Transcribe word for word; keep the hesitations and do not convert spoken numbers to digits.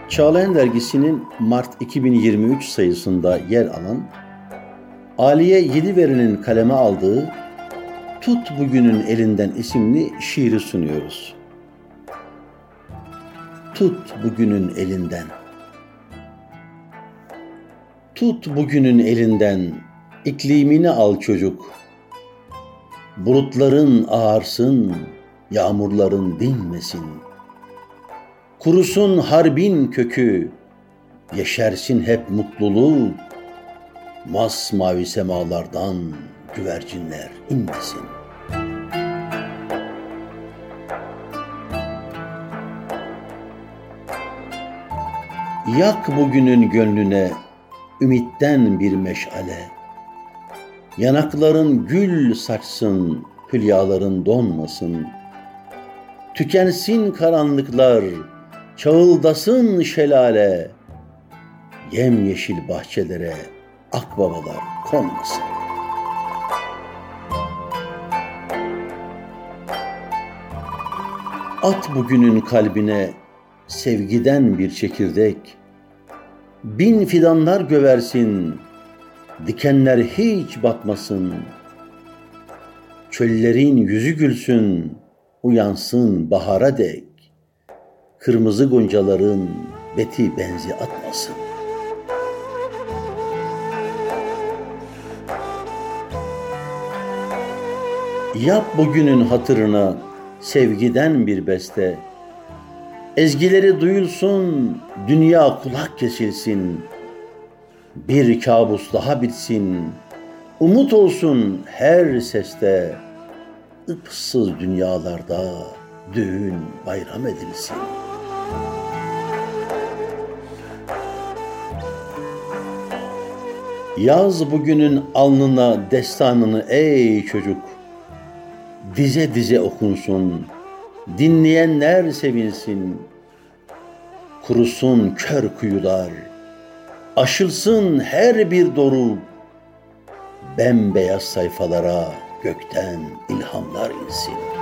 Çağlayan Dergisi'nin Mart iki bin yirmi üç sayısında yer alan Aliye Yediveren'in kaleme aldığı Tut Bugünün Elinden isimli şiiri sunuyoruz. Tut bugünün elinden. Tut bugünün elinden, iklimini al çocuk. Bulutların ağarsın, yağmurların dinmesin. Kurusun harbin kökü, yeşersin hep mutluluğu. Masmavi semalardan güvercinler inmesin. Yak bugünün gönlüne ümitten bir meşale. Yanakların gül saçsın, hülyaların donmasın. Tükensin karanlıklar, çağıldasın şelale. Yemyeşil bahçelere akbabalar konmasın. At bugünün kalbine sevgiden bir çekirdek. Bin fidanlar göversin, dikenler hiç batmasın. Çöllerin yüzü gülsün, uyansın bahara dek. Kırmızı goncaların beti benzi atmasın. Yap bugünün hatırına sevgiden bir beste. Ezgileri duyulsun, dünya kulak kesilsin. Bir kabus daha bitsin, umut olsun her seste. Ipsız dünyalarda düğün bayram edilsin. Yaz bugünün alnına destanını ey çocuk. Dize dize okunsun, dinleyenler sevinsin. Kurusun kör kuyular, aşılsın her bir doruk. Bembeyaz sayfalara gökten ilhamlar insin.